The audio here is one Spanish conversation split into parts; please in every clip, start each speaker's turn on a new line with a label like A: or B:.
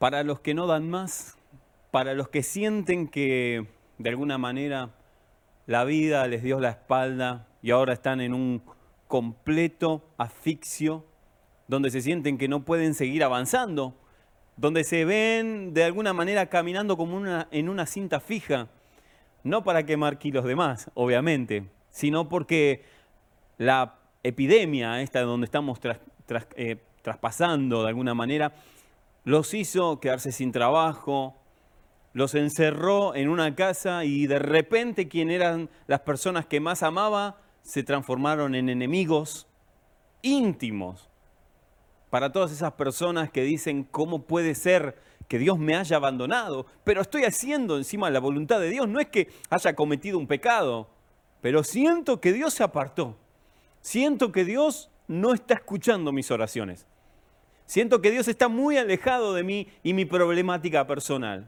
A: Para los que no dan más, para los que sienten que de alguna manera la vida les dio la espalda y ahora están en un completo asfixio, donde se sienten que no pueden seguir avanzando, donde se ven de alguna manera caminando como en una cinta fija, no para quemar kilos de más, obviamente, sino porque la epidemia esta donde estamos traspasando de alguna manera, los hizo quedarse sin trabajo, los encerró en una casa y de repente quien eran las personas que más amaba se transformaron en enemigos íntimos. Para todas esas personas que dicen, ¿cómo puede ser que Dios me haya abandonado? Pero estoy haciendo encima la voluntad de Dios. No es que haya cometido un pecado, pero siento que Dios se apartó. Siento que Dios no está escuchando mis oraciones. Siento que Dios está muy alejado de mí y mi problemática personal.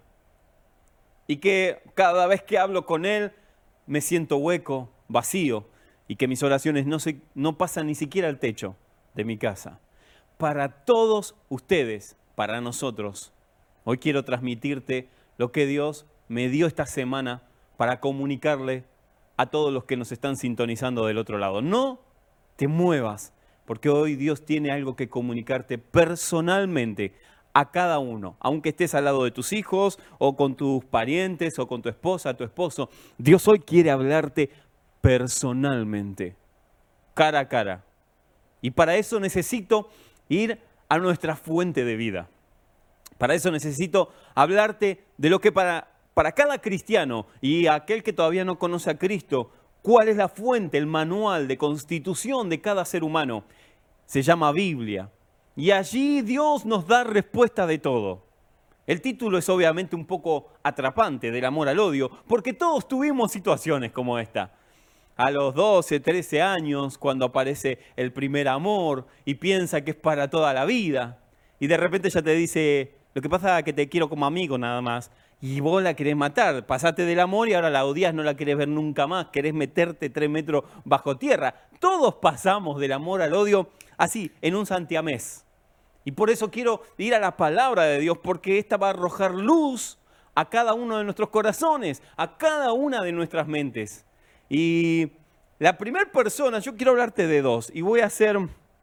A: Y que cada vez que hablo con Él me siento hueco, vacío, y que mis oraciones no pasan ni siquiera al techo de mi casa. Para todos ustedes, para nosotros, hoy quiero transmitirte lo que Dios me dio esta semana para comunicarle a todos los que nos están sintonizando del otro lado. No te muevas, porque hoy Dios tiene algo que comunicarte personalmente a cada uno. Aunque estés al lado de tus hijos, o con tus parientes, o con tu esposa, tu esposo, Dios hoy quiere hablarte personalmente, cara a cara. Y para eso necesito ir a nuestra fuente de vida. Para eso necesito hablarte de lo que para cada cristiano y aquel que todavía no conoce a Cristo, cuál es la fuente, el manual de constitución de cada ser humano. Se llama Biblia. Y allí Dios nos da respuesta de todo. El título es obviamente un poco atrapante, del amor al odio, porque todos tuvimos situaciones como esta. A los 12, 13 años, cuando aparece el primer amor y piensa que es para toda la vida. Y de repente ella te dice, lo que pasa es que te quiero como amigo nada más. Y vos la querés matar, pasaste del amor y ahora la odias, no la querés ver nunca más, querés meterte 3 metros bajo tierra. Todos pasamos del amor al odio así, en un santiamés. Y por eso quiero ir a la palabra de Dios, porque esta va a arrojar luz a cada uno de nuestros corazones, a cada una de nuestras mentes. Y la primera persona, yo quiero hablarte de dos, y voy a hacer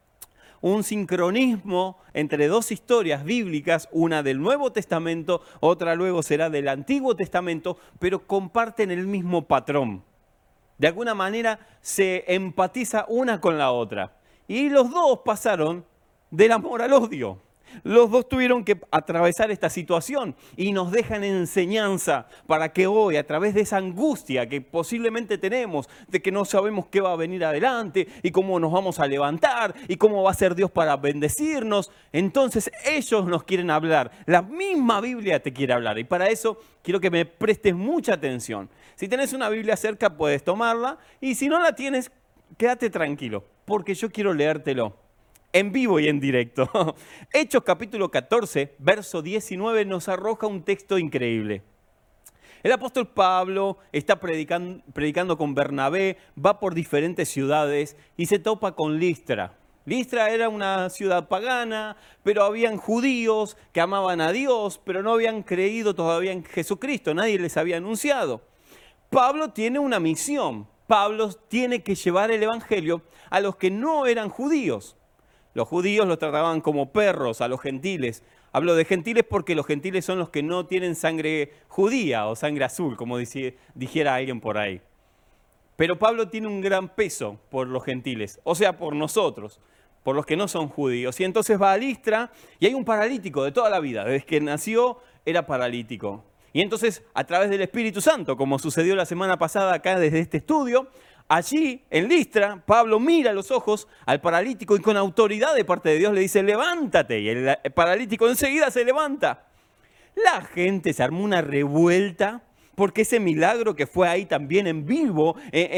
A: un sincronismo entre dos historias bíblicas, una del Nuevo Testamento, otra luego será del Antiguo Testamento, pero comparten el mismo patrón. De alguna manera se empatiza una con la otra. Y los dos pasaron del amor al odio. Los dos tuvieron que atravesar esta situación y nos dejan enseñanza para que hoy, a través de esa angustia que posiblemente tenemos, de que no sabemos qué va a venir adelante y cómo nos vamos a levantar y cómo va a ser Dios para bendecirnos, entonces ellos nos quieren hablar. La misma Biblia te quiere hablar y para eso quiero que me prestes mucha atención. Si tenés una Biblia cerca puedes tomarla y si no la tienes, quédate tranquilo porque yo quiero leértelo. En vivo y en directo. Hechos capítulo 14, verso 19 nos arroja un texto increíble. El apóstol Pablo está predicando con Bernabé, va por diferentes ciudades y se topa con Listra. Listra era una ciudad pagana, pero habían judíos que amaban a Dios, pero no habían creído todavía en Jesucristo, nadie les había anunciado. Pablo tiene una misión. Pablo tiene que llevar el evangelio a los que no eran judíos. Los judíos los trataban como perros a los gentiles. Hablo de gentiles porque los gentiles son los que no tienen sangre judía o sangre azul, como dijera alguien por ahí. Pero Pablo tiene un gran peso por los gentiles, o sea, por nosotros, por los que no son judíos. Y entonces va a Listra y hay un paralítico de toda la vida. Desde que nació era paralítico. Y entonces, a través del Espíritu Santo, como sucedió la semana pasada acá desde este estudio, allí, en Listra, Pablo mira a los ojos al paralítico y con autoridad de parte de Dios le dice, levántate. Y el paralítico enseguida se levanta. La gente se armó una revuelta porque ese milagro que fue ahí también en vivo,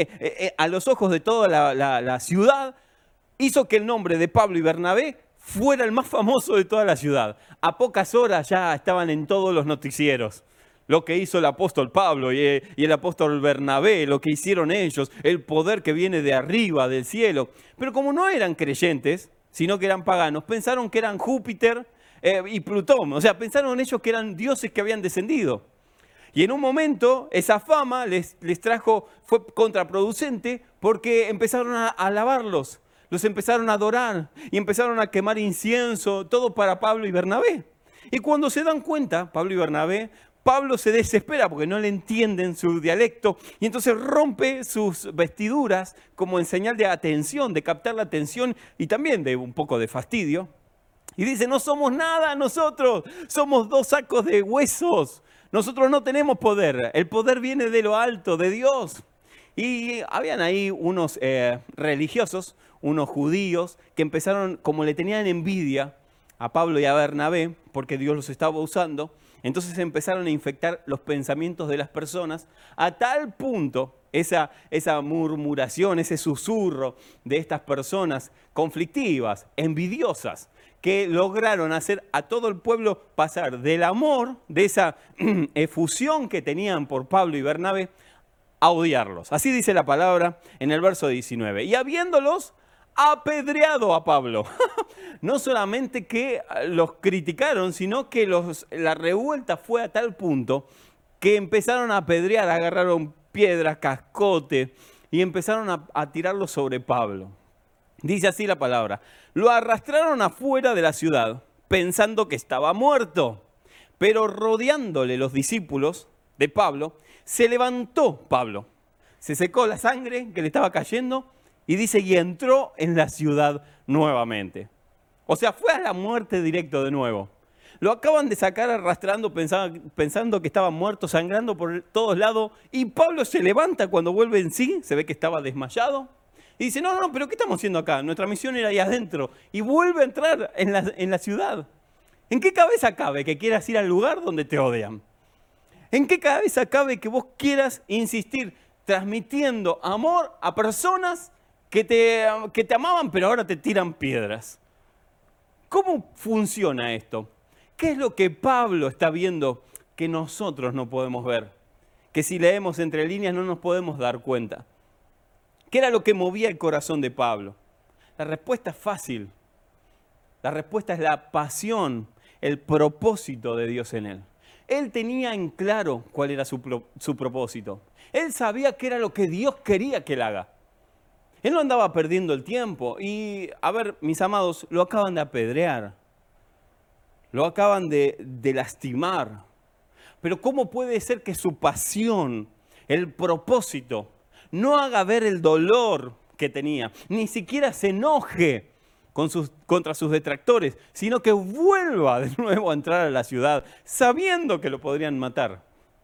A: a los ojos de toda la ciudad, hizo que el nombre de Pablo y Bernabé fuera el más famoso de toda la ciudad. A pocas horas ya estaban en todos los noticieros. Lo que hizo el apóstol Pablo y el apóstol Bernabé, lo que hicieron ellos, el poder que viene de arriba, del cielo. Pero como no eran creyentes, sino que eran paganos, pensaron que eran Júpiter, y Plutón. O sea, pensaron ellos que eran dioses que habían descendido. Y en un momento esa fama les fue contraproducente porque empezaron a alabarlos, los empezaron a adorar y empezaron a quemar incienso, todo para Pablo y Bernabé. Y cuando se dan cuenta, Pablo y Bernabé, Pablo se desespera porque no le entienden su dialecto y entonces rompe sus vestiduras como en señal de atención, de captar la atención y también de un poco de fastidio. Y dice, no somos nada nosotros, somos 2 sacos de huesos. Nosotros no tenemos poder, el poder viene de lo alto, de Dios. Y habían ahí unos religiosos, unos judíos, que empezaron, como le tenían envidia a Pablo y a Bernabé, porque Dios los estaba usando, entonces empezaron a infectar los pensamientos de las personas, a tal punto, esa murmuración, ese susurro de estas personas conflictivas, envidiosas, que lograron hacer a todo el pueblo pasar del amor, de esa efusión que tenían por Pablo y Bernabé, a odiarlos. Así dice la palabra en el verso 19. Y habiéndolos apedreado a Pablo. No solamente que los criticaron, sino que la revuelta fue a tal punto que empezaron a apedrear, agarraron piedras, cascote y empezaron a tirarlos sobre Pablo. Dice así la palabra, lo arrastraron afuera de la ciudad, pensando que estaba muerto. Pero rodeándole los discípulos de Pablo, se levantó Pablo. Se secó la sangre que le estaba cayendo y dice, y entró en la ciudad nuevamente. O sea, fue a la muerte directo de nuevo. Lo acaban de sacar arrastrando, pensando que estaba muerto, sangrando por todos lados. Y Pablo se levanta cuando vuelve en sí, se ve que estaba desmayado. Y dice, no, pero ¿qué estamos haciendo acá? Nuestra misión era ahí adentro. Y vuelve a entrar en la ciudad. ¿En qué cabeza cabe que quieras ir al lugar donde te odian? ¿En qué cabeza cabe que vos quieras insistir transmitiendo amor a personas que te amaban pero ahora te tiran piedras? ¿Cómo funciona esto? ¿Qué es lo que Pablo está viendo que nosotros no podemos ver? Que si leemos entre líneas no nos podemos dar cuenta. ¿Qué era lo que movía el corazón de Pablo? La respuesta es fácil. La respuesta es la pasión, el propósito de Dios en él. Él tenía en claro cuál era su propósito. Él sabía qué era lo que Dios quería que él haga. Él no andaba perdiendo el tiempo. Y, a ver, mis amados, lo acaban de apedrear. Lo acaban de lastimar. Pero ¿cómo puede ser que su pasión, el propósito, no haga ver el dolor que tenía? Ni siquiera se enoje contra sus detractores, sino que vuelva de nuevo a entrar a la ciudad, sabiendo que lo podrían matar.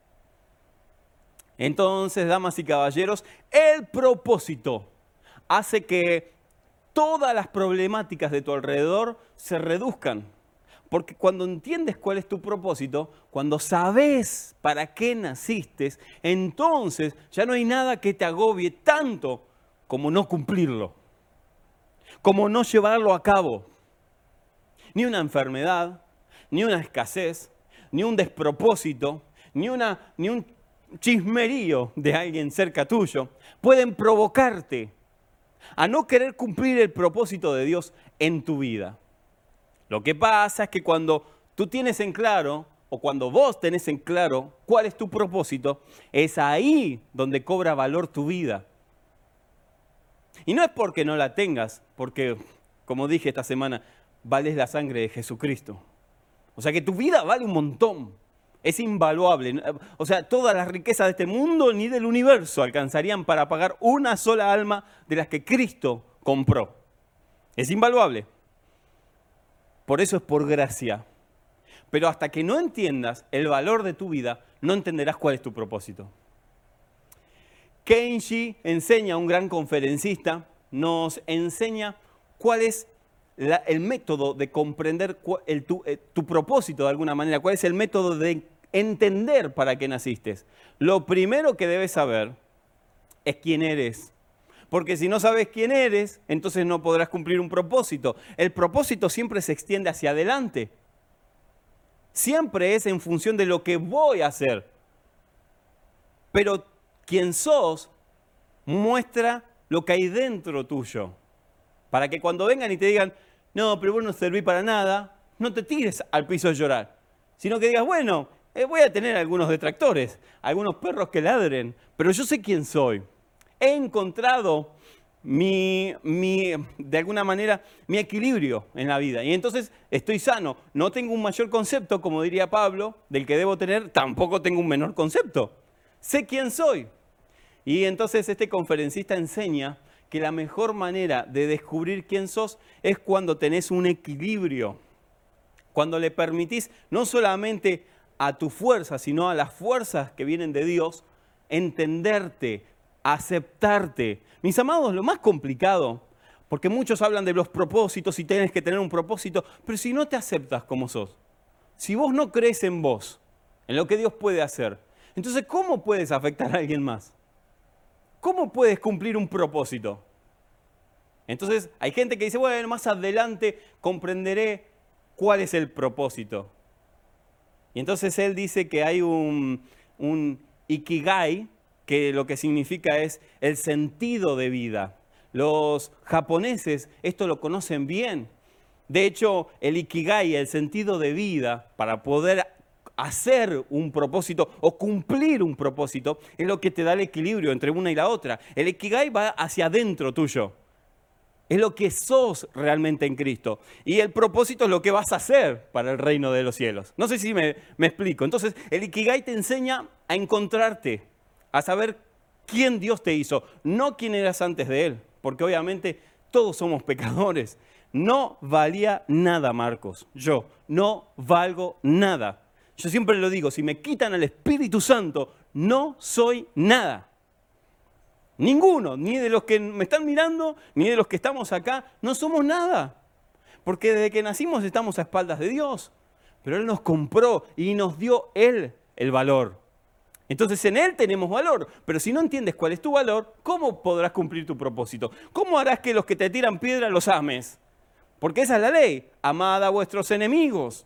A: Entonces, damas y caballeros, el propósito hace que todas las problemáticas de tu alrededor se reduzcan. Porque cuando entiendes cuál es tu propósito, cuando sabes para qué naciste, entonces ya no hay nada que te agobie tanto como no cumplirlo, como no llevarlo a cabo. Ni una enfermedad, ni una escasez, ni un despropósito, ni un chismerío de alguien cerca tuyo pueden provocarte a no querer cumplir el propósito de Dios en tu vida. Lo que pasa es que cuando tú tienes en claro, o cuando vos tenés en claro cuál es tu propósito, es ahí donde cobra valor tu vida. Y no es porque no la tengas, porque, como dije esta semana, vales la sangre de Jesucristo. O sea que tu vida vale un montón, es invaluable. O sea, todas las riquezas de este mundo ni del universo alcanzarían para pagar una sola alma de las que Cristo compró. Es invaluable. Por eso es por gracia. Pero hasta que no entiendas el valor de tu vida, no entenderás cuál es tu propósito. Kenji enseña, un gran conferencista, nos enseña cuál es el método de comprender tu propósito de alguna manera, cuál es el método de entender para qué naciste. Lo primero que debes saber es quién eres. Porque si no sabes quién eres, entonces no podrás cumplir un propósito. El propósito siempre se extiende hacia adelante. Siempre es en función de lo que voy a hacer. Pero quien sos muestra lo que hay dentro tuyo. Para que cuando vengan y te digan, no, pero vos no servís para nada, no te tires al piso a llorar, sino que digas, bueno, voy a tener algunos detractores, algunos perros que ladren, pero yo sé quién soy. He encontrado de alguna manera, mi equilibrio en la vida. Y entonces estoy sano. No tengo un mayor concepto, como diría Pablo, del que debo tener, tampoco tengo un menor concepto. Sé quién soy. Y entonces este conferencista enseña que la mejor manera de descubrir quién sos es cuando tenés un equilibrio. Cuando le permitís no solamente a tu fuerza, sino a las fuerzas que vienen de Dios, entenderte, aceptarte. Mis amados, lo más complicado, porque muchos hablan de los propósitos y tienes que tener un propósito, pero si no te aceptas como sos, si vos no crees en vos, en lo que Dios puede hacer, entonces ¿cómo puedes afectar a alguien más? ¿Cómo puedes cumplir un propósito? Entonces hay gente que dice, bueno, más adelante comprenderé cuál es el propósito. Y entonces él dice que hay un ikigai, que lo que significa es el sentido de vida. Los japoneses esto lo conocen bien. De hecho, el ikigai, el sentido de vida, para poder hacer un propósito o cumplir un propósito, es lo que te da el equilibrio entre una y la otra. El ikigai va hacia adentro tuyo. Es lo que sos realmente en Cristo. Y el propósito es lo que vas a hacer para el reino de los cielos. No sé si me explico. Entonces, el ikigai te enseña a encontrarte, a saber quién Dios te hizo, no quién eras antes de Él. Porque obviamente todos somos pecadores. No valía nada, Marcos. Yo no valgo nada. Yo siempre lo digo, si me quitan al Espíritu Santo, no soy nada. Ninguno, ni de los que me están mirando, ni de los que estamos acá, no somos nada. Porque desde que nacimos estamos a espaldas de Dios. Pero Él nos compró y nos dio Él el valor. Entonces en Él tenemos valor. Pero si no entiendes cuál es tu valor, ¿cómo podrás cumplir tu propósito? ¿Cómo harás que los que te tiran piedra los ames? Porque esa es la ley. Amad a vuestros enemigos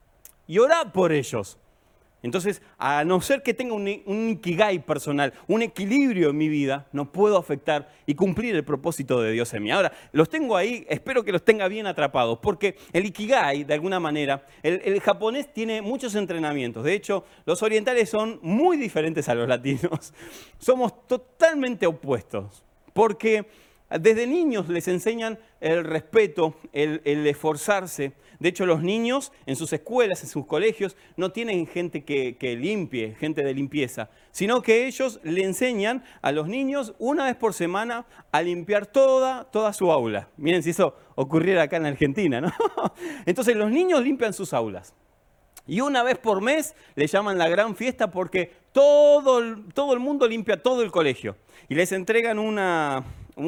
A: y orad por ellos. Entonces, a no ser que tenga un ikigai personal, un equilibrio en mi vida, no puedo afectar y cumplir el propósito de Dios en mí. Ahora, los tengo ahí, espero que los tenga bien atrapados, porque el ikigai, de alguna manera, el japonés tiene muchos entrenamientos. De hecho, los orientales son muy diferentes a los latinos. Somos totalmente opuestos, porque desde niños les enseñan el respeto, el esforzarse. De hecho, los niños en sus escuelas, en sus colegios, no tienen gente que limpie, gente de limpieza, sino que ellos le enseñan a los niños una vez por semana a limpiar toda su aula. Miren si eso ocurriera acá en Argentina, ¿no? Entonces los niños limpian sus aulas. Y una vez por mes le llaman la gran fiesta porque todo el mundo limpia todo el colegio. Y les entregan una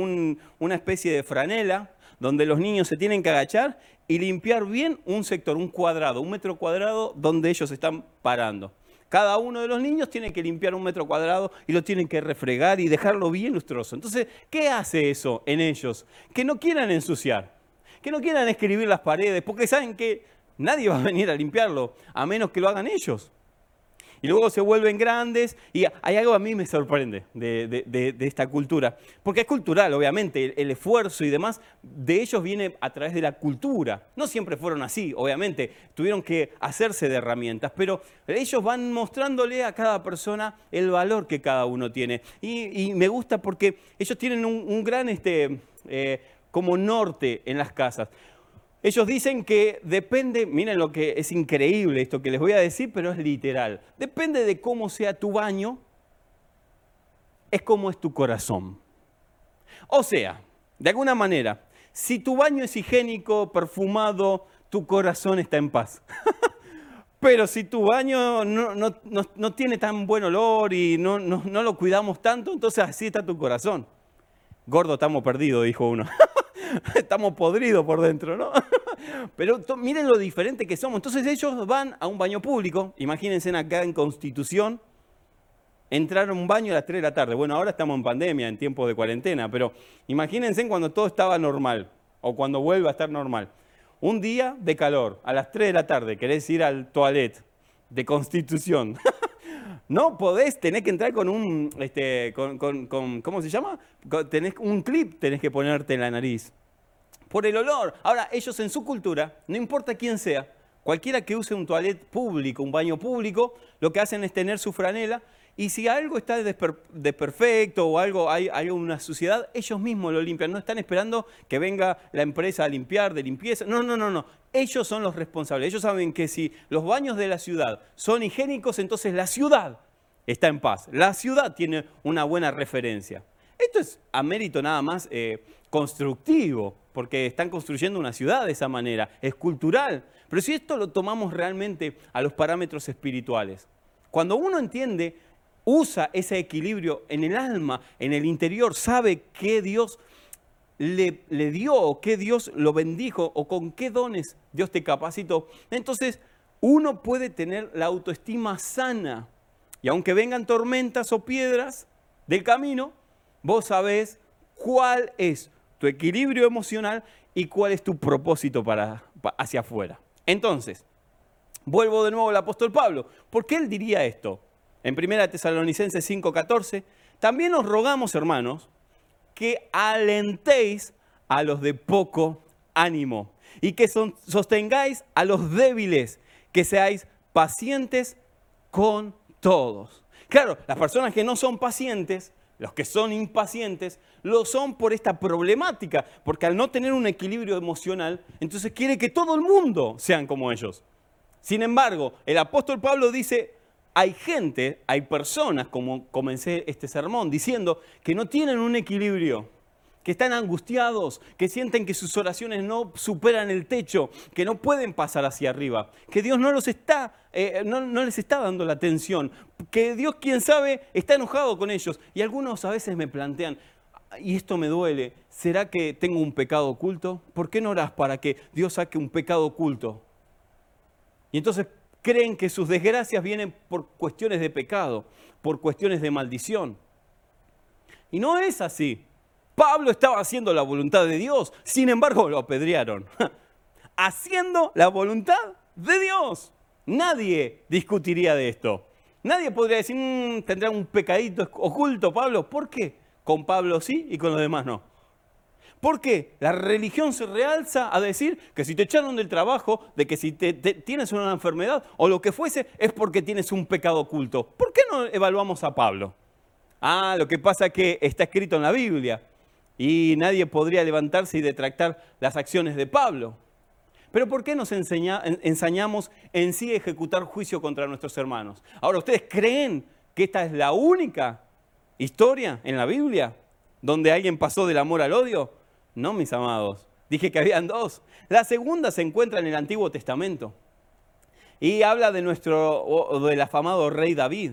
A: especie de franela donde los niños se tienen que agachar y limpiar bien un sector, un cuadrado, un metro cuadrado donde ellos están parando. Cada uno de los niños tiene que limpiar un metro cuadrado y lo tienen que refregar y dejarlo bien lustroso. Entonces, ¿qué hace eso en ellos? Que no quieran ensuciar, que no quieran escribir las paredes, porque saben que nadie va a venir a limpiarlo, a menos que lo hagan ellos. Y luego se vuelven grandes, y hay algo a mí me sorprende de esta cultura, porque es cultural, obviamente, el esfuerzo y demás de ellos viene a través de la cultura. No siempre fueron así, obviamente, tuvieron que hacerse de herramientas, pero ellos van mostrándole a cada persona el valor que cada uno tiene. Y me gusta porque ellos tienen un gran como norte en las casas. Ellos dicen que depende, miren lo que es increíble esto que les voy a decir, pero es literal. Depende de cómo sea tu baño, es como es tu corazón. O sea, de alguna manera, si tu baño es higiénico, perfumado, tu corazón está en paz. Pero si tu baño no tiene tan buen olor y no lo cuidamos tanto, entonces así está tu corazón. Gordo, estamos perdidos, dijo uno. Estamos podridos por dentro, ¿no? Pero miren lo diferente que somos. Entonces ellos van a un baño público. Imagínense acá en Constitución, entrar a un baño a las 3 de la tarde. Bueno, ahora estamos en pandemia, en tiempos de cuarentena, pero imagínense cuando todo estaba normal o cuando vuelva a estar normal. Un día de calor, a las 3 de la tarde, querés ir al toilet de Constitución. No podés, tenés que entrar con ¿cómo se llama? Tenés un clip, tenés que ponerte en la nariz. por el olor. Ahora, ellos en su cultura, no importa quién sea, cualquiera que use un toilet público, un baño público, lo que hacen es tener su franela, y si algo está desperfecto o algo hay una suciedad, ellos mismos lo limpian. No están esperando que venga la empresa a limpiar, de limpieza. No. Ellos son los responsables. Ellos saben que si los baños de la ciudad son higiénicos, entonces la ciudad está en paz. La ciudad tiene una buena referencia. Esto es a mérito nada más constructivo, porque están construyendo una ciudad de esa manera, es cultural. Pero si esto lo tomamos realmente a los parámetros espirituales, cuando uno entiende, usa ese equilibrio en el alma, en el interior, sabe qué Dios le dio o qué Dios lo bendijo o con qué dones Dios te capacitó, entonces uno puede tener la autoestima sana. Y aunque vengan tormentas o piedras del camino, vos sabés cuál es tu equilibrio emocional y cuál es tu propósito hacia afuera. Entonces, vuelvo de nuevo al apóstol Pablo. ¿Por qué él diría esto? En 1 Tesalonicenses 5:14, también os rogamos, hermanos, que alentéis a los de poco ánimo y que sostengáis a los débiles, que seáis pacientes con todos. Claro, las personas que no son pacientes, los que son impacientes, lo son por esta problemática, porque al no tener un equilibrio emocional, entonces quiere que todo el mundo sean como ellos. Sin embargo, el apóstol Pablo dice, hay personas, como comencé este sermón, diciendo que no tienen un equilibrio, que están angustiados, que sienten que sus oraciones no superan el techo, que no pueden pasar hacia arriba, que Dios no les está dando la atención, que Dios, quién sabe, está enojado con ellos. Y algunos a veces me plantean, y esto me duele, ¿será que tengo un pecado oculto? ¿Por qué no orás para que Dios saque un pecado oculto? Y entonces creen que sus desgracias vienen por cuestiones de pecado, por cuestiones de maldición. Y no es así. Pablo estaba haciendo la voluntad de Dios, sin embargo lo apedrearon. Haciendo la voluntad de Dios. Nadie discutiría de esto. Nadie podría decir, tendrá un pecadito oculto Pablo. ¿Por qué? Con Pablo sí y con los demás no. ¿Por qué? La religión se realza a decir que si te echaron del trabajo, de que si tienes una enfermedad o lo que fuese, es porque tienes un pecado oculto. ¿Por qué no evaluamos a Pablo? Lo que pasa es que está escrito en la Biblia y nadie podría levantarse y detractar las acciones de Pablo. Pero ¿por qué nos ensañamos en sí ejecutar juicio contra nuestros hermanos? Ahora, ¿ustedes creen que esta es la única historia en la Biblia donde alguien pasó del amor al odio? No, mis amados. Dije que habían dos. La segunda se encuentra en el Antiguo Testamento y habla del afamado rey David.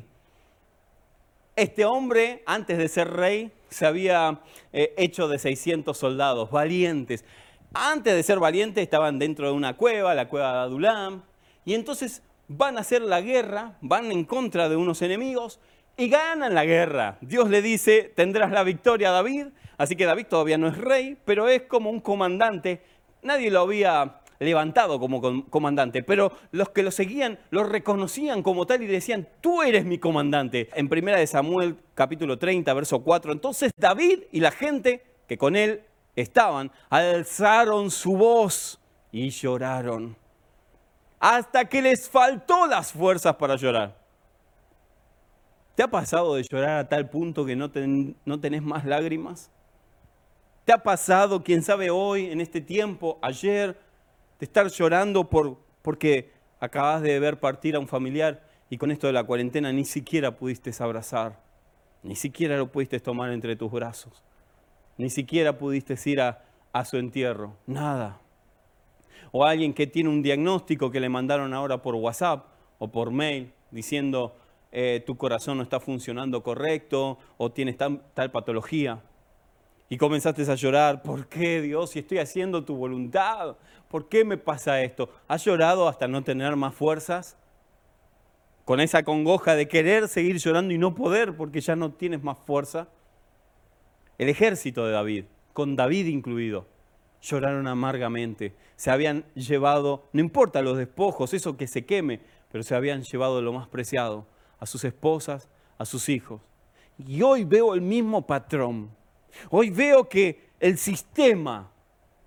A: Este hombre, antes de ser rey, se había hecho de 600 soldados valientes. Antes de ser valientes estaban dentro de una cueva, la cueva de Adulam, y entonces van a hacer la guerra, van en contra de unos enemigos y ganan la guerra. Dios le dice, tendrás la victoria, David. Así que David todavía no es rey, pero es como un comandante. Nadie lo había levantado como comandante, pero los que lo seguían lo reconocían como tal y le decían, tú eres mi comandante. En 1 Samuel capítulo 30, verso 4, entonces David y la gente que con él estaban, alzaron su voz y lloraron, hasta que les faltó las fuerzas para llorar. ¿Te ha pasado de llorar a tal punto que no tenés más lágrimas? ¿Te ha pasado, quién sabe hoy, en este tiempo, ayer, de estar llorando porque acabas de ver partir a un familiar y con esto de la cuarentena ni siquiera pudiste abrazar, ni siquiera lo pudiste tomar entre tus brazos, ni siquiera pudiste ir a su entierro? Nada. O alguien que tiene un diagnóstico que le mandaron ahora por WhatsApp o por mail diciendo tu corazón no está funcionando correcto o tienes tal patología. Y comenzaste a llorar, ¿por qué, Dios? Si estoy haciendo tu voluntad, ¿por qué me pasa esto? ¿Has llorado hasta no tener más fuerzas? Con esa congoja de querer seguir llorando y no poder porque ya no tienes más fuerza. El ejército de David, con David incluido, lloraron amargamente. Se habían llevado, no importa los despojos, eso que se queme, pero se habían llevado lo más preciado, a sus esposas, a sus hijos. Y hoy veo el mismo patrón. Hoy veo que el sistema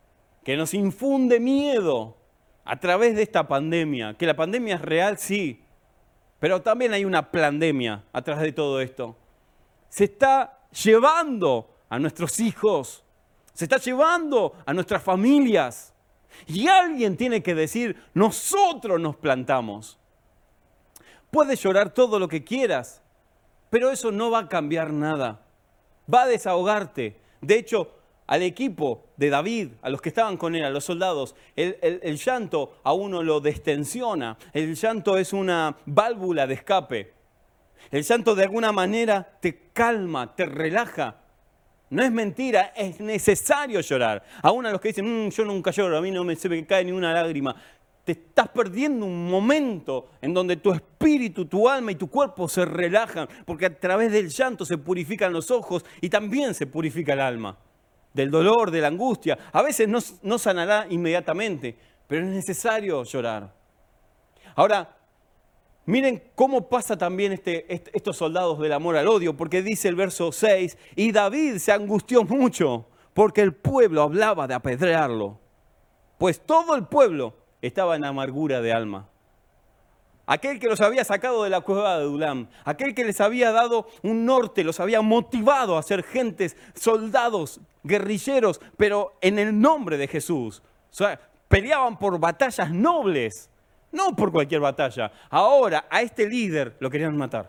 A: que nos infunde miedo a través de esta pandemia. Que la pandemia es real, sí, pero también hay una plandemia a través de todo esto. Se está llevando a nuestros hijos, se está llevando a nuestras familias. Y alguien tiene que decir, nosotros nos plantamos. Puedes llorar todo lo que quieras, pero eso no va a cambiar nada. Va a desahogarte. De hecho, al equipo de David, a los que estaban con él, a los soldados, el llanto a uno lo destensiona. El llanto es una válvula de escape. El llanto de alguna manera te calma, te relaja. No es mentira, es necesario llorar. Aún a los que dicen, yo nunca lloro, a mí no se me cae ni una lágrima. Te estás perdiendo un momento en donde tu espíritu, tu alma y tu cuerpo se relajan, porque a través del llanto se purifican los ojos y también se purifica el alma. Del dolor, de la angustia. A veces no sanará inmediatamente, pero es necesario llorar. Ahora, miren cómo pasa también estos soldados del amor al odio, porque dice el verso 6, y David se angustió mucho porque el pueblo hablaba de apedrearlo, pues todo el pueblo estaba en amargura de alma. Aquel que los había sacado de la cueva de Adulam, aquel que les había dado un norte, los había motivado a ser gentes, soldados, guerrilleros, pero en el nombre de Jesús. O sea, peleaban por batallas nobles, no por cualquier batalla. Ahora a este líder lo querían matar.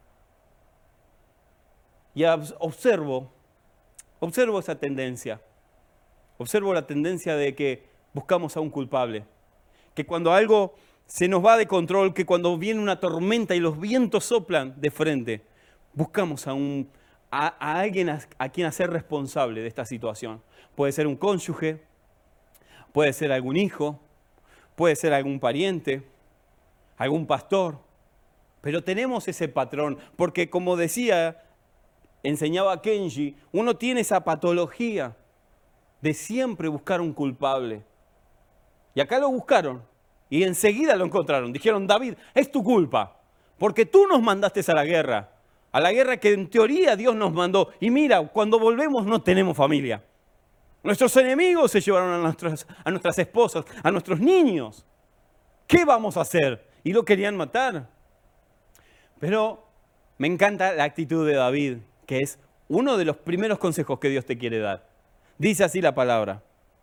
A: Y observo esa tendencia. Observo la tendencia de que buscamos a un culpable. Que cuando algo se nos va de control, que cuando viene una tormenta y los vientos soplan de frente, buscamos a alguien a quien hacer responsable de esta situación. Puede ser un cónyuge, puede ser algún hijo, puede ser algún pariente, algún pastor. Pero tenemos ese patrón, porque como enseñaba Kenji, uno tiene esa patología de siempre buscar un culpable. Y acá lo buscaron. Y enseguida lo encontraron. Dijeron, David, es tu culpa, porque tú nos mandaste a la guerra que en teoría Dios nos mandó. Y mira, cuando volvemos no tenemos familia. Nuestros enemigos se llevaron a nuestras esposas, a nuestros niños. ¿Qué vamos a hacer? Y lo querían matar. Pero me encanta la actitud de David, que es uno de los primeros consejos que Dios te quiere dar. Dice así la palabra.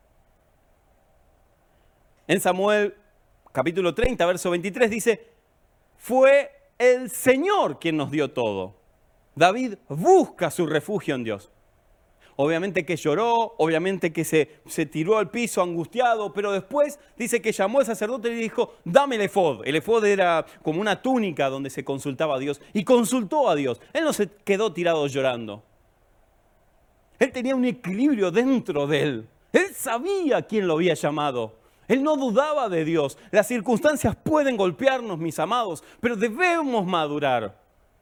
A: En Samuel capítulo 30, verso 23 dice, fue el Señor quien nos dio todo. David busca su refugio en Dios. Obviamente que lloró, obviamente que se tiró al piso angustiado, pero después dice que llamó al sacerdote y le dijo, dame el efod. El efod era como una túnica donde se consultaba a Dios y consultó a Dios. Él no se quedó tirado llorando. Él tenía un equilibrio dentro de él. Él sabía quién lo había llamado. Él no dudaba de Dios. Las circunstancias pueden golpearnos, mis amados, pero debemos madurar.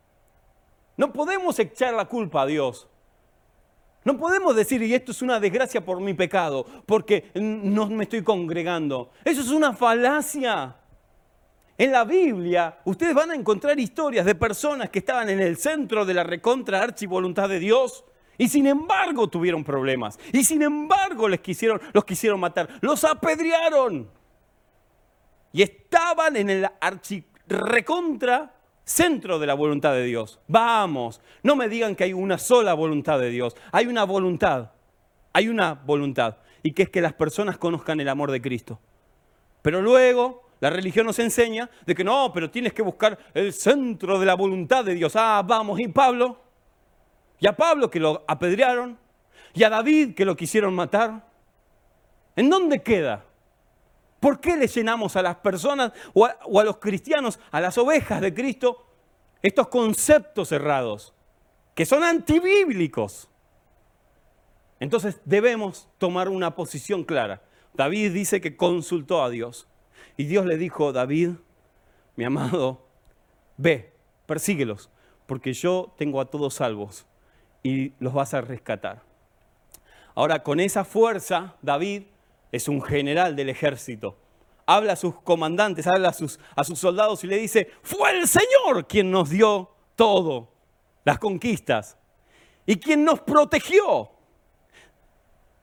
A: No podemos echar la culpa a Dios. No podemos decir, y esto es una desgracia por mi pecado, porque no me estoy congregando. Eso es una falacia. En la Biblia, ustedes van a encontrar historias de personas que estaban en el centro de la recontra archivoluntad de Dios, y sin embargo tuvieron problemas. Y sin embargo los quisieron matar. Los apedrearon. Y estaban en el recontra centro de la voluntad de Dios. Vamos, no me digan que hay una sola voluntad de Dios. Hay una voluntad. Hay una voluntad. Y que es que las personas conozcan el amor de Cristo. Pero luego la religión nos enseña de que no, pero tienes que buscar el centro de la voluntad de Dios. Vamos, ¿y Pablo? Y a Pablo que lo apedrearon, y a David que lo quisieron matar. ¿En dónde queda? ¿Por qué le llenamos a las personas o a los cristianos, a las ovejas de Cristo, estos conceptos errados que son antibíblicos? Entonces debemos tomar una posición clara. David dice que consultó a Dios. Y Dios le dijo, David, mi amado, ve, persíguelos, porque yo tengo a todos salvos. Y los vas a rescatar. Ahora, con esa fuerza, David es un general del ejército. Habla a sus comandantes, habla a sus soldados y le dice, fue el Señor quien nos dio todo, las conquistas, y quien nos protegió.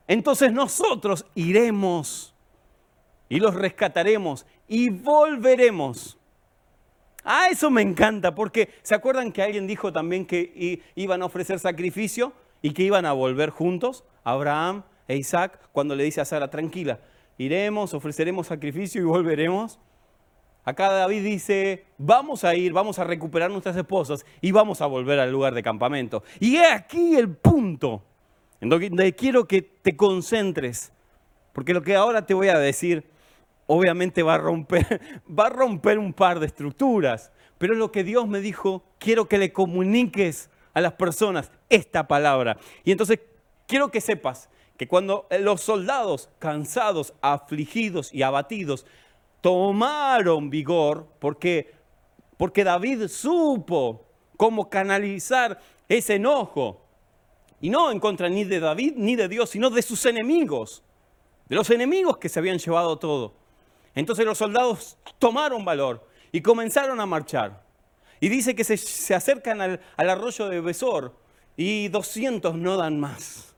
A: entonces nosotros iremos y los rescataremos y volveremos. Eso me encanta, porque ¿se acuerdan que alguien dijo también que iban a ofrecer sacrificio y que iban a volver juntos? Abraham e Isaac, cuando le dice a Sara, tranquila, iremos, ofreceremos sacrificio y volveremos. Acá David dice, vamos a ir, vamos a recuperar nuestras esposas y vamos a volver al lugar de campamento. Y he aquí el punto en donde quiero que te concentres, porque lo que ahora te voy a decir obviamente va a romper un par de estructuras, pero es lo que Dios me dijo, quiero que le comuniques a las personas esta palabra. Y entonces quiero que sepas que cuando los soldados cansados, afligidos y abatidos tomaron vigor, porque David supo cómo canalizar ese enojo, y no en contra ni de David ni de Dios, sino de sus enemigos, de los enemigos que se habían llevado todo. Entonces los soldados tomaron valor y comenzaron a marchar. Y dice que se acercan al arroyo de Besor y 200 no dan más.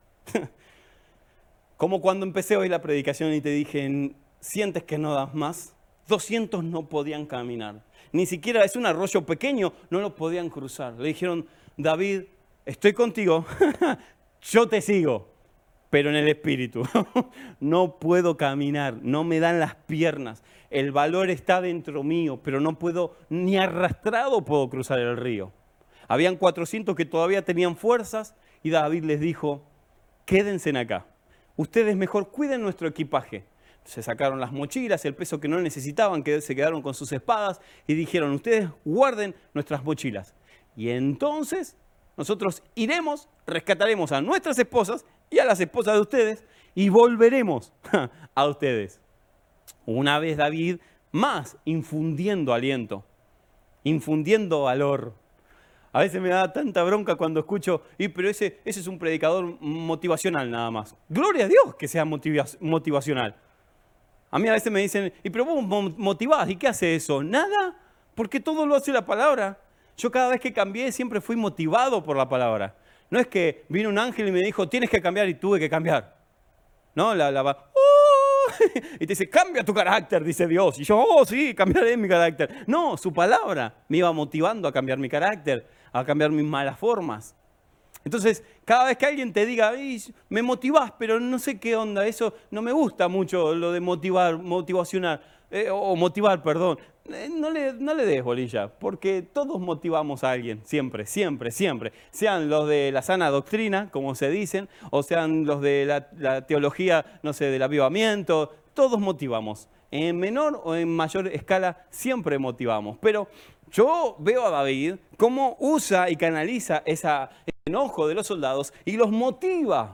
A: Como cuando empecé hoy la predicación y te dije, ¿sientes que no das más? 200 no podían caminar. Ni siquiera, es un arroyo pequeño, no lo podían cruzar. Le dijeron, David, estoy contigo, yo te sigo, pero en el espíritu. No puedo caminar, no me dan las piernas. El valor está dentro mío, pero no puedo, ni arrastrado puedo cruzar el río. Habían 400 que todavía tenían fuerzas y David les dijo, quédense acá. Ustedes mejor cuiden nuestro equipaje. Se sacaron las mochilas, el peso que no necesitaban, que se quedaron con sus espadas y dijeron, ustedes guarden nuestras mochilas. Y entonces nosotros iremos, rescataremos a nuestras esposas y a las esposas de ustedes y volveremos a ustedes. Una vez David más infundiendo aliento, infundiendo valor. A veces me da tanta bronca cuando escucho, pero ese es un predicador motivacional nada más. Gloria a Dios que sea motivacional. A mí a veces me dicen, pero vos motivás, ¿y qué hace eso? Nada, porque todo lo hace la palabra. Yo cada vez que cambié siempre fui motivado por la palabra. No es que vino un ángel y me dijo, tienes que cambiar y tuve que cambiar. No, y te dice, cambia tu carácter, dice Dios. Y yo, sí, cambiaré mi carácter. No, su palabra me iba motivando a cambiar mi carácter, a cambiar mis malas formas. Entonces, cada vez que alguien te diga, me motivás, pero no sé qué onda, eso no me gusta mucho lo de motivar, perdón. No le des bolilla, porque todos motivamos a alguien, siempre, siempre, siempre. Sean los de la sana doctrina, como se dicen, o sean los de la teología, no sé, del avivamiento, todos motivamos. En menor o en mayor escala siempre motivamos. Pero yo veo a David cómo usa y canaliza ese enojo de los soldados y los motiva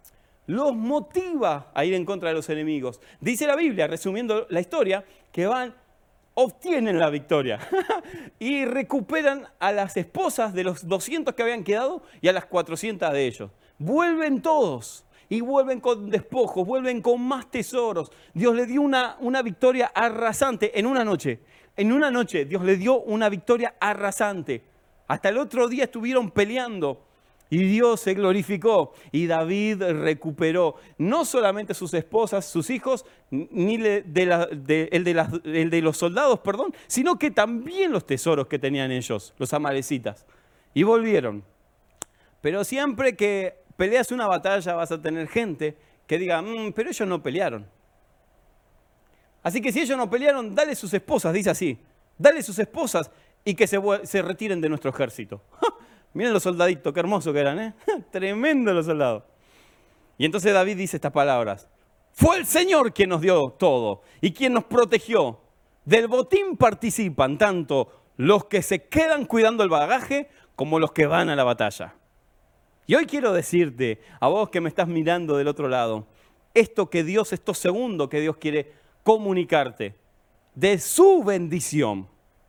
A: a ir en contra de los enemigos. Dice la Biblia, resumiendo la historia, que obtienen la victoria y recuperan a las esposas de los 200 que habían quedado y a las 400 de ellos. Vuelven todos y vuelven con despojos, vuelven con más tesoros. Dios le dio una victoria arrasante en una noche. En una noche Dios le dio una victoria arrasante. Hasta el otro día estuvieron peleando. Y Dios se glorificó y David recuperó no solamente sus esposas, sus hijos, ni el de los soldados, sino que también los tesoros que tenían ellos, los amalecitas. Y volvieron. Pero siempre que peleas una batalla vas a tener gente que diga, pero ellos no pelearon. Así que si ellos no pelearon, dale sus esposas, dice así. Dale sus esposas y que se retiren de nuestro ejército. Miren los soldaditos, qué hermosos que eran, ¿eh? Tremendo los soldados. Y entonces David dice estas palabras. Fue el Señor quien nos dio todo y quien nos protegió. Del botín participan tanto los que se quedan cuidando el bagaje como los que van a la batalla. Y hoy quiero decirte, a vos que me estás mirando del otro lado, esto segundo que Dios quiere comunicarte, de su bendición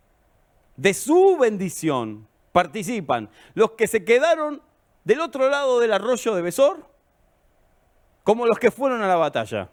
A: participan los que se quedaron del otro lado del arroyo de Besor, como los que fueron a la batalla.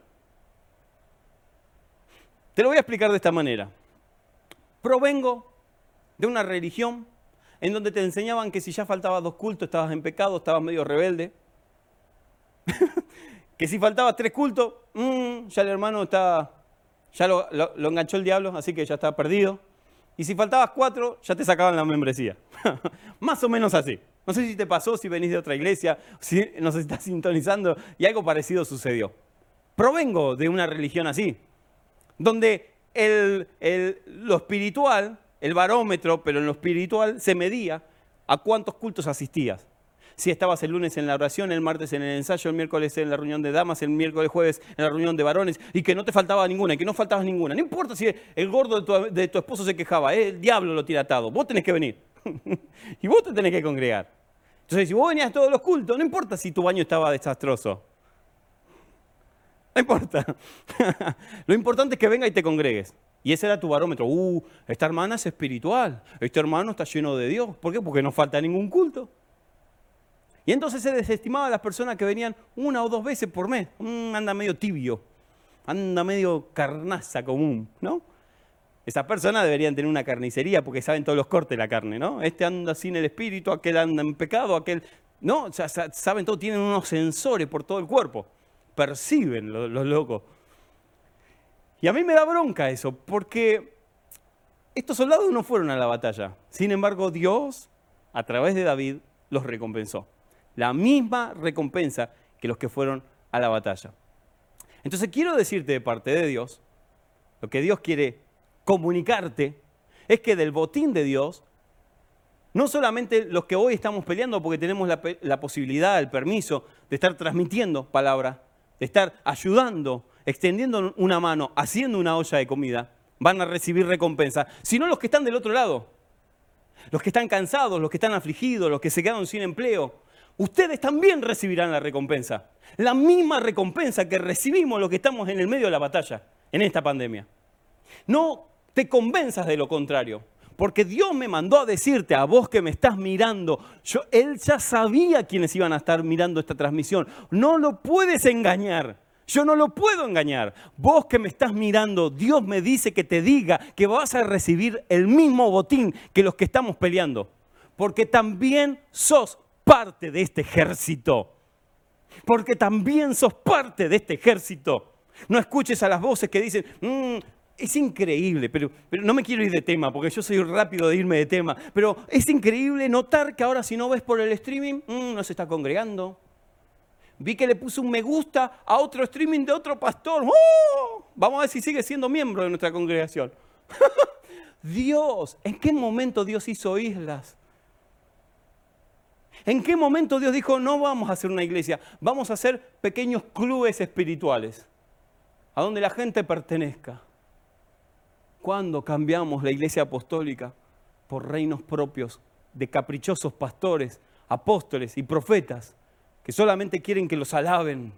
A: Te lo voy a explicar de esta manera. Provengo de una religión en donde te enseñaban que si ya faltaba 2 cultos estabas en pecado, estabas medio rebelde. que si faltaba 3 cultos, ya el hermano está, ya lo enganchó el diablo, así que ya está perdido. Y si faltabas 4, ya te sacaban la membresía. Más o menos así. No sé si te pasó, si venís de otra iglesia, si nos estás sintonizando y algo parecido sucedió. Provengo de una religión así, donde lo espiritual, el barómetro, pero en lo espiritual se medía a cuántos cultos asistías. Si estabas el lunes en la oración, el martes en el ensayo, el miércoles en la reunión de damas, el miércoles jueves en la reunión de varones, y que no te faltaba ninguna, y que no faltabas ninguna. No importa si el gordo de tu esposo se quejaba, el diablo lo tira atado, vos tenés que venir. Y vos te tenés que congregar. Entonces, si vos venías a todos los cultos, no importa si tu baño estaba desastroso. No importa. Lo importante es que venga y te congregues. Y ese era tu barómetro. Esta hermana es espiritual. Este hermano está lleno de Dios. ¿Por qué? Porque no falta ningún culto. Y entonces se desestimaba a las personas que venían 1 o 2 veces por mes. Anda medio tibio. Anda medio carnaza común, ¿no? Esas personas deberían tener una carnicería porque saben todos los cortes de la carne, ¿no? Este anda sin el espíritu, aquel anda en pecado, aquel... No, o sea, saben todo, tienen unos sensores por todo el cuerpo. Perciben los locos. Y a mí me da bronca eso, porque estos soldados no fueron a la batalla. Sin embargo, Dios, a través de David, los recompensó. La misma recompensa que los que fueron a la batalla. Entonces quiero decirte de parte de Dios, lo que Dios quiere comunicarte, es que del botín de Dios, no solamente los que hoy estamos peleando porque tenemos la posibilidad, el permiso de estar transmitiendo palabra, de estar ayudando, extendiendo una mano, haciendo una olla de comida, van a recibir recompensa, sino los que están del otro lado, los que están cansados, los que están afligidos, los que se quedaron sin empleo. Ustedes también recibirán la recompensa, la misma recompensa que recibimos los que estamos en el medio de la batalla, en esta pandemia. No te convenzas de lo contrario, porque Dios me mandó a decirte, a vos que me estás mirando, Él ya sabía quiénes iban a estar mirando esta transmisión. No lo puedes engañar, yo no lo puedo engañar. Vos que me estás mirando, Dios me dice que te diga que vas a recibir el mismo botín que los que estamos peleando, porque también sos parte de este ejército. Porque también sos parte de este ejército. No escuches a las voces que dicen, es increíble, pero no me quiero ir de tema, porque yo soy rápido de irme de tema, pero es increíble notar que ahora si no ves por el streaming, no se está congregando. Vi que le puso un me gusta a otro streaming de otro pastor. Vamos a ver si sigue siendo miembro de nuestra congregación. Dios, ¿en qué momento Dios hizo islas? ¿En qué momento Dios dijo, no vamos a hacer una iglesia, vamos a hacer pequeños clubes espirituales, a donde la gente pertenezca? ¿Cuándo cambiamos la iglesia apostólica por reinos propios de caprichosos pastores, apóstoles y profetas que solamente quieren que los alaben?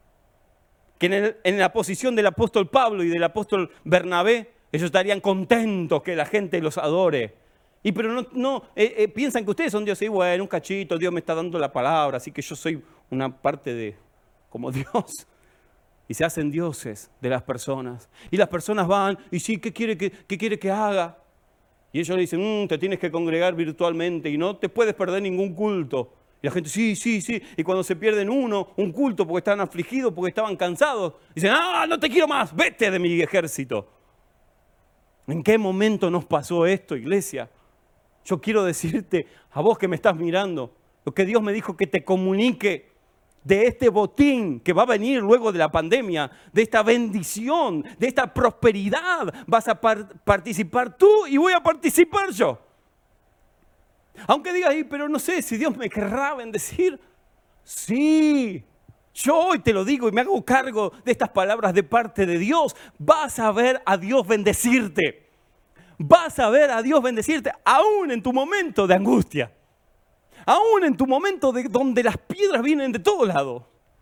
A: Que en la posición del apóstol Pablo y del apóstol Bernabé, ellos estarían contentos que la gente los adore. Pero no piensan que ustedes son Dios. Y bueno, un cachito, Dios me está dando la palabra, así que yo soy una parte de, como Dios. Y se hacen dioses de las personas. Y las personas van, y sí, ¿qué quiere que haga? Y ellos le dicen, te tienes que congregar virtualmente y no te puedes perder ningún culto. Y la gente, sí. Y cuando se pierden un culto porque están afligidos, porque estaban cansados, dicen, no te quiero más, vete de mi ejército. ¿En qué momento nos pasó esto, iglesia? Yo quiero decirte, a vos que me estás mirando, lo que Dios me dijo que te comunique de este botín que va a venir luego de la pandemia, de esta bendición, de esta prosperidad. Vas a participar tú y voy a participar yo. Aunque digas, pero no sé si Dios me querrá bendecir. Sí, yo hoy te lo digo y me hago cargo de estas palabras de parte de Dios. Vas a ver a Dios bendecirte. Vas a ver a Dios bendecirte, aún en tu momento de angustia. Aún en tu momento donde las piedras vienen de todos lados.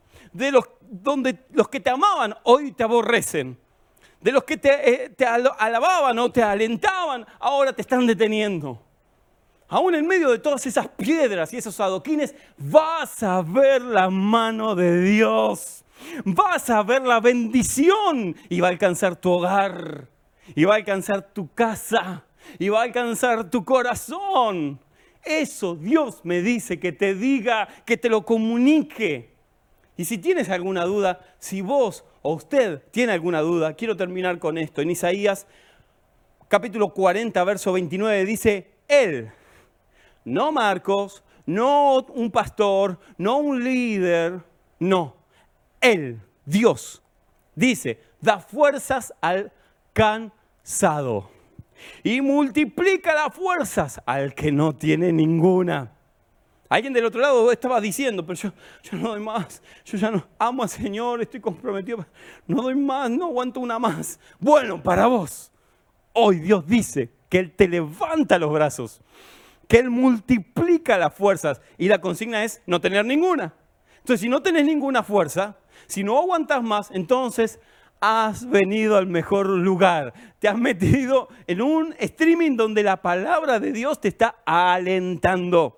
A: Donde los que te amaban hoy te aborrecen. De los que te alababan o te alentaban, ahora te están deteniendo. Aún en medio de todas esas piedras y esos adoquines, vas a ver la mano de Dios. Vas a ver la bendición y va a alcanzar tu hogar. Y va a alcanzar tu casa. Y va a alcanzar tu corazón. Eso Dios me dice que te diga, que te lo comunique. Y si tienes alguna duda, si vos o usted tiene alguna duda, quiero terminar con esto. En Isaías capítulo 40, verso 29 dice, Él, no Marcos, no un pastor, no un líder, no, Él, Dios, dice, da fuerzas al cansado y multiplica las fuerzas al que no tiene ninguna. Alguien del otro lado estaba diciendo, pero yo no doy más, yo ya no amo al Señor, estoy comprometido, no doy más, no aguanto una más. Bueno, para vos, hoy Dios dice que Él te levanta los brazos, que Él multiplica las fuerzas y la consigna es no tener ninguna. Entonces, si no tenés ninguna fuerza, si no aguantas más, entonces has venido al mejor lugar. Te has metido en un streaming donde la palabra de Dios te está alentando.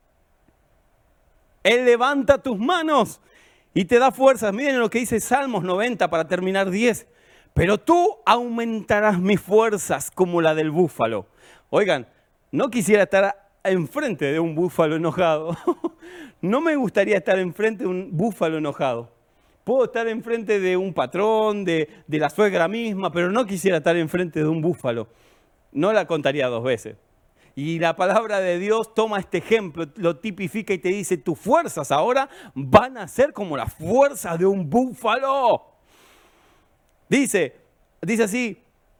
A: Él levanta tus manos y te da fuerzas. Miren lo que dice Salmos 90 para terminar 10. Pero tú aumentarás mis fuerzas como la del búfalo. Oigan, no quisiera estar enfrente de un búfalo enojado. No me gustaría estar enfrente de un búfalo enojado. Puedo estar enfrente de un patrón, de la suegra misma, pero no quisiera estar enfrente de un búfalo. No la contaría 2 veces. Y la palabra de Dios toma este ejemplo, lo tipifica y te dice, tus fuerzas ahora van a ser como las fuerzas de un búfalo. Dice así,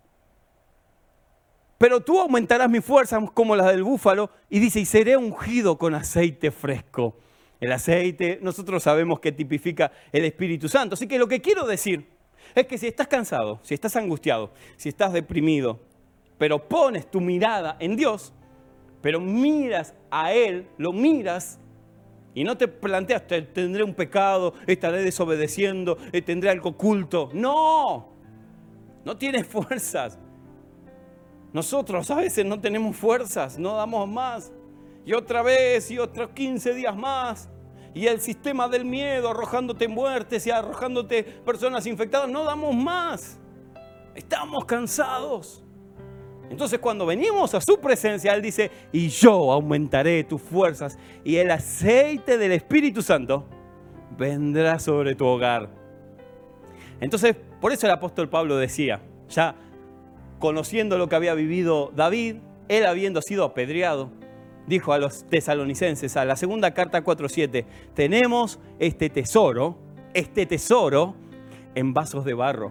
A: pero tú aumentarás mis fuerzas como las del búfalo, y dice, y seré ungido con aceite fresco. El aceite, nosotros sabemos que tipifica el Espíritu Santo. Así que lo que quiero decir es que si estás cansado, si estás angustiado, si estás deprimido, pero pones tu mirada en Dios, pero miras a Él, lo miras y no te planteas, tendré un pecado, estaré desobedeciendo, tendré algo oculto. No tienes fuerzas. Nosotros a veces no tenemos fuerzas, no damos más. Y otra vez, y otros 15 días más. Y el sistema del miedo arrojándote muertes y arrojándote personas infectadas, no damos más. Estamos cansados. Entonces cuando venimos a su presencia, Él dice, y yo aumentaré tus fuerzas y el aceite del Espíritu Santo vendrá sobre tu hogar. Entonces, por eso el apóstol Pablo decía, ya conociendo lo que había vivido David, él habiendo sido apedreado, dijo a los tesalonicenses, a la segunda carta 4:7, tenemos este tesoro en vasos de barro.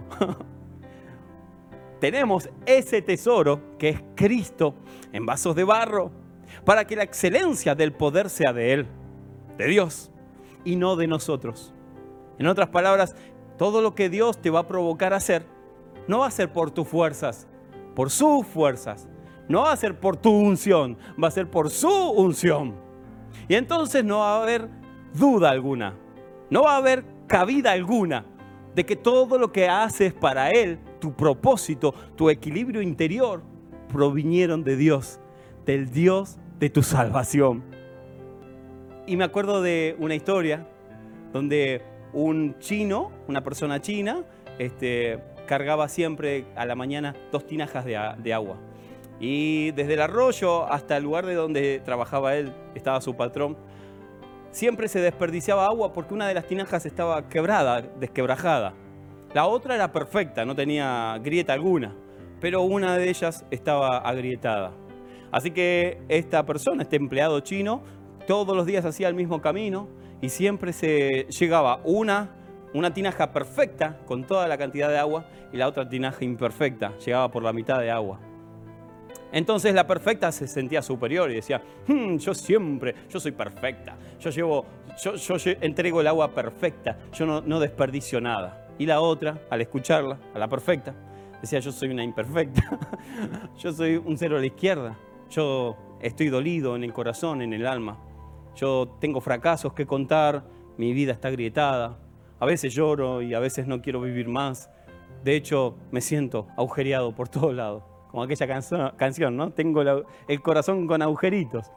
A: Tenemos ese tesoro que es Cristo en vasos de barro, para que la excelencia del poder sea de Él, de Dios, y no de nosotros. En otras palabras, todo lo que Dios te va a provocar a hacer, no va a ser por tus fuerzas, por sus fuerzas. No va a ser por tu unción, va a ser por su unción. Y entonces no va a haber duda alguna, no va a haber cabida alguna de que todo lo que haces para Él, tu propósito, tu equilibrio interior, provinieron de Dios, del Dios de tu salvación. Y me acuerdo de una historia donde un chino, una persona china, cargaba siempre a la mañana 2 tinajas de agua. Y desde el arroyo hasta el lugar de donde trabajaba él, estaba su patrón, siempre se desperdiciaba agua porque una de las tinajas estaba quebrada, desquebrajada. La otra era perfecta, no tenía grieta alguna, pero una de ellas estaba agrietada. Así que esta persona, este empleado chino, todos los días hacía el mismo camino y siempre se llegaba una tinaja perfecta con toda la cantidad de agua y la otra tinaja imperfecta, llegaba por la mitad de agua. Entonces la perfecta se sentía superior y decía, yo soy perfecta, yo entrego el agua perfecta, yo no desperdicio nada. Y la otra, al escucharla, a la perfecta, decía, yo soy una imperfecta, yo soy un 0 a la izquierda, yo estoy dolido en el corazón, en el alma, yo tengo fracasos que contar, mi vida está agrietada, a veces lloro y a veces no quiero vivir más, de hecho me siento agujereado por todos lados. Como aquella canción, ¿no? Tengo el corazón con agujeritos.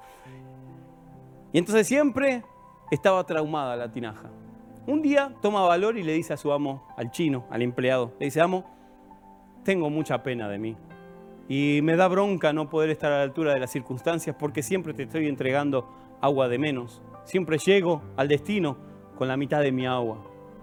A: Y entonces siempre estaba traumada la tinaja. Un día toma valor y le dice a su amo, al chino, al empleado, le dice, amo, tengo mucha pena de mí. Y me da bronca no poder estar a la altura de las circunstancias porque siempre te estoy entregando agua de menos. Siempre llego al destino con la mitad de mi agua.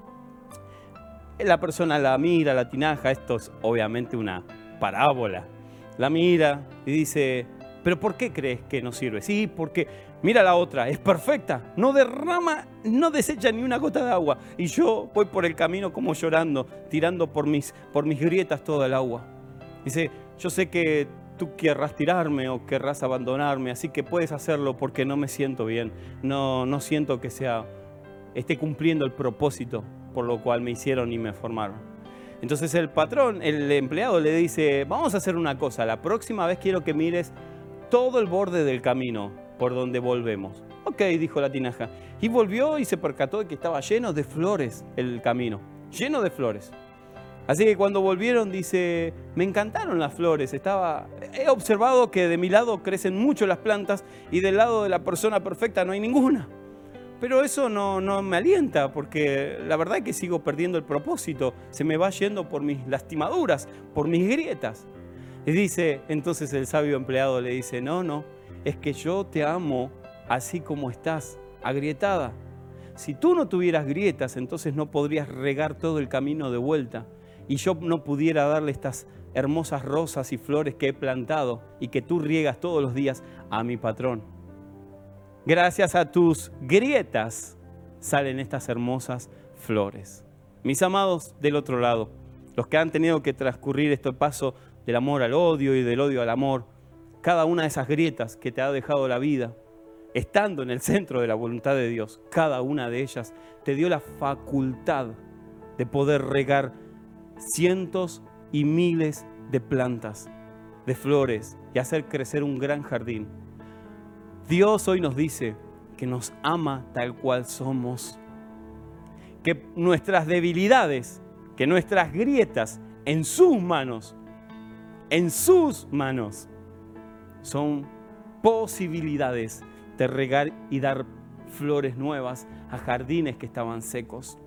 A: La persona la mira, la tinaja, esto es obviamente una parábola. La mira y dice, ¿pero por qué crees que no sirve? Sí, porque mira la otra, es perfecta, no derrama, no desecha ni una gota de agua. Y yo voy por el camino como llorando, tirando por mis grietas toda el agua. Dice, yo sé que tú querrás tirarme o querrás abandonarme, así que puedes hacerlo porque no me siento bien. No siento que esté cumpliendo el propósito por lo cual me hicieron y me formaron. Entonces el patrón, el empleado le dice, vamos a hacer una cosa, la próxima vez quiero que mires todo el borde del camino por donde volvemos. Ok, dijo la tinaja. Y volvió y se percató de que estaba lleno de flores el camino, lleno de flores. Así que cuando volvieron dice, me encantaron las flores, he observado que de mi lado crecen mucho las plantas y del lado de la persona perfecta no hay ninguna. Pero eso no me alienta porque la verdad es que sigo perdiendo el propósito, se me va yendo por mis lastimaduras, por mis grietas. Y dice, entonces el sabio empleado le dice, no, es que yo te amo así como estás, agrietada. Si tú no tuvieras grietas, entonces no podrías regar todo el camino de vuelta. Y yo no pudiera darle estas hermosas rosas y flores que he plantado y que tú riegas todos los días a mi patrón. Gracias a tus grietas salen estas hermosas flores. Mis amados del otro lado, los que han tenido que transcurrir este paso del amor al odio y del odio al amor, cada una de esas grietas que te ha dejado la vida, estando en el centro de la voluntad de Dios, cada una de ellas te dio la facultad de poder regar cientos y miles de plantas, de flores y hacer crecer un gran jardín. Dios hoy nos dice que nos ama tal cual somos, que nuestras debilidades, que nuestras grietas en sus manos, son posibilidades de regar y dar flores nuevas a jardines que estaban secos.